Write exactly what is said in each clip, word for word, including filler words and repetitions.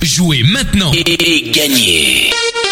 Jouez maintenant et gagnez.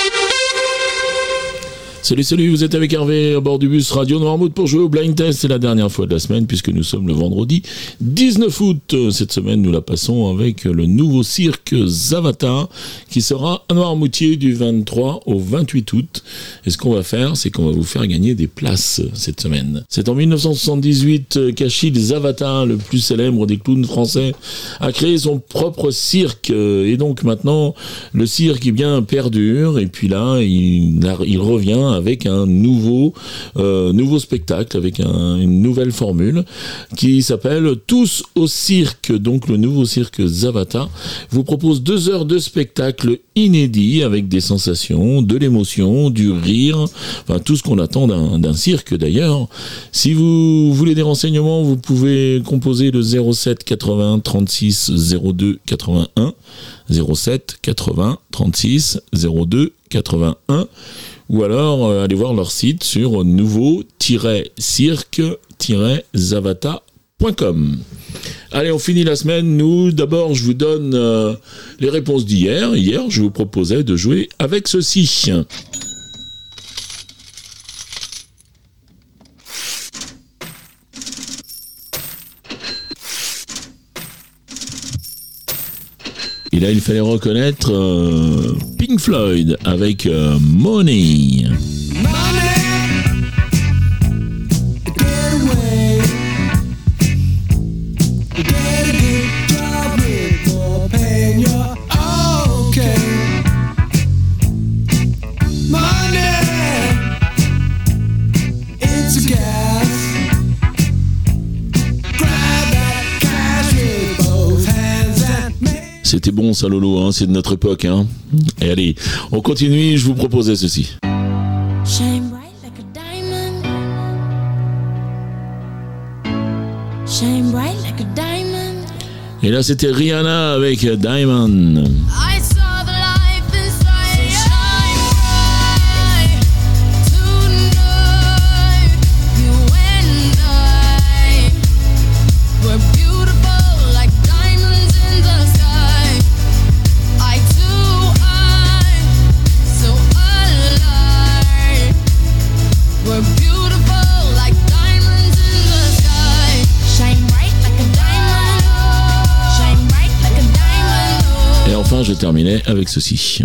Salut, salut, vous êtes avec Hervé à bord du bus Radio Noirmouth pour jouer au blind test. C'est la dernière fois de la semaine puisque nous sommes le vendredi dix-neuf août. Cette semaine, nous la passons avec le nouveau cirque Zavata qui sera à Noirmoutier du vingt-trois au vingt-huit août. Et ce qu'on va faire, c'est qu'on va vous faire gagner des places cette semaine. C'est en dix-neuf cent soixante-dix-huit qu'Achille Zavata, le plus célèbre des clowns français, a créé son propre cirque. Et donc maintenant, le cirque, eh bien, perdure. Et puis là, il, il revient avec un nouveau, euh, nouveau spectacle, avec un, une nouvelle formule qui s'appelle Tous au cirque. Donc le nouveau cirque Zavata vous propose deux heures de spectacle inédit avec des sensations, de l'émotion, du rire, enfin tout ce qu'on attend d'un, d'un cirque d'ailleurs. Si vous voulez des renseignements, vous pouvez composer le zéro sept quatre-vingts trente-six zéro deux quatre-vingt-un, zéro sept quatre-vingts trente-six zéro deux quatre-vingt-un, ou alors euh, allez voir leur site sur nouveau cirque zavata point com. Allez, on finit la semaine. Nous, d'abord, je vous donne euh, les réponses d'hier. Hier, je vous proposais de jouer avec ceci. Et là, il fallait reconnaître euh, Pink Floyd avec euh, Money. C'était bon ça Lolo, hein, c'est de notre époque. Hein. Et allez, on continue, je vous proposais ceci. Shine bright like a diamond. Shine bright like a diamond. Et là c'était Rihanna avec Diamond. I saw the life inside your shine bright tonight. You and I were beautiful like diamonds in the sky. I too am so alive. We're beautiful like diamonds in the sky. Shine bright like a diamond. Shine bright like a diamond. Et enfin je terminais avec ceci.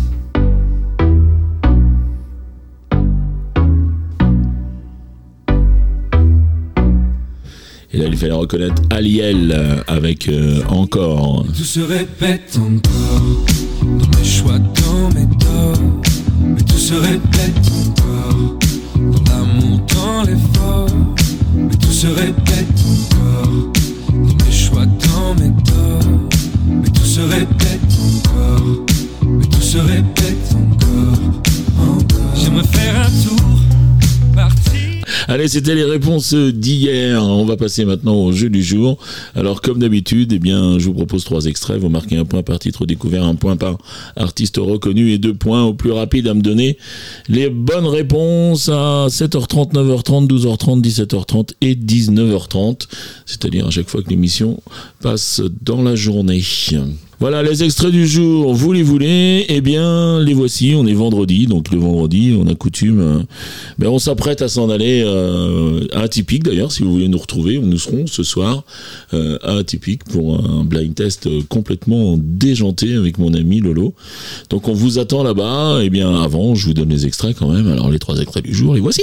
Et là il fallait reconnaître Aliel avec euh, Encore. Tout se répète encore, dans mes choix, dans mes torts. Mais tout se répète encore, dans l'amour, dans l'effort. Mais tout se répète encore, dans mes choix, dans mes torts. Mais tout se répète encore, mais tout se répète encore, encore. J'aimerais faire un tour, partir. Allez, c'était les réponses d'hier. On va passer maintenant au jeu du jour. Alors, comme d'habitude, eh bien, je vous propose trois extraits. Vous marquez un point par titre découvert, un point par artiste reconnu et deux points au plus rapide à me donner les bonnes réponses à sept heures trente, neuf heures trente, douze heures trente, dix-sept heures trente et dix-neuf heures trente. C'est-à-dire à chaque fois que l'émission passe dans la journée. Voilà les extraits du jour, vous les voulez, eh bien les voici, on est vendredi, donc le vendredi on a coutume, euh, ben on s'apprête à s'en aller euh, à Atypique d'ailleurs, si vous voulez nous retrouver, nous serons ce soir euh, à Atypique pour un blind test complètement déjanté avec mon ami Lolo. Donc on vous attend là-bas, eh bien avant je vous donne les extraits quand même, alors les trois extraits du jour, les voici.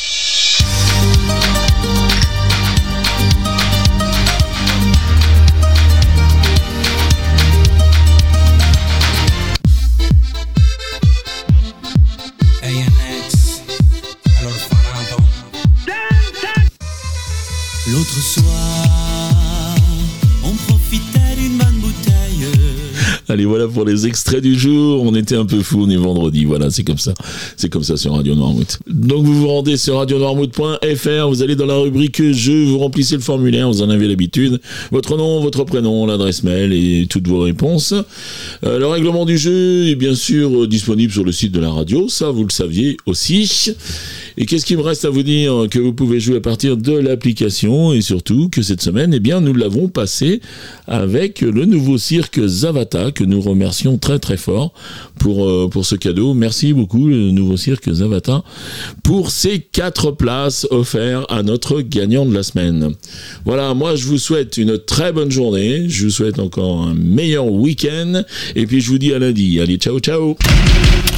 L'autre soir, on profitait d'une bonne bouteille. Allez, voilà pour les extraits du jour. On était un peu fous, on est vendredi. Voilà, c'est comme ça. C'est comme ça sur Radio Noirmouth. Donc, vous vous rendez sur radio noirmouth point f r. Vous allez dans la rubrique jeux. Vous remplissez le formulaire. Vous en avez l'habitude. Votre nom, votre prénom, l'adresse mail et toutes vos réponses. Euh, le règlement du jeu est bien sûr disponible sur le site de la radio. Ça, vous le saviez aussi. Et qu'est-ce qu'il me reste à vous dire? Que vous pouvez jouer à partir de l'application et surtout que cette semaine, eh bien, nous l'avons passé avec le nouveau cirque Zavata que nous remercions très très fort pour, euh, pour ce cadeau. Merci beaucoup, le nouveau cirque Zavata, pour ces quatre places offertes à notre gagnant de la semaine. Voilà, moi je vous souhaite une très bonne journée, je vous souhaite encore un meilleur week-end et puis je vous dis à lundi. Allez, ciao ciao.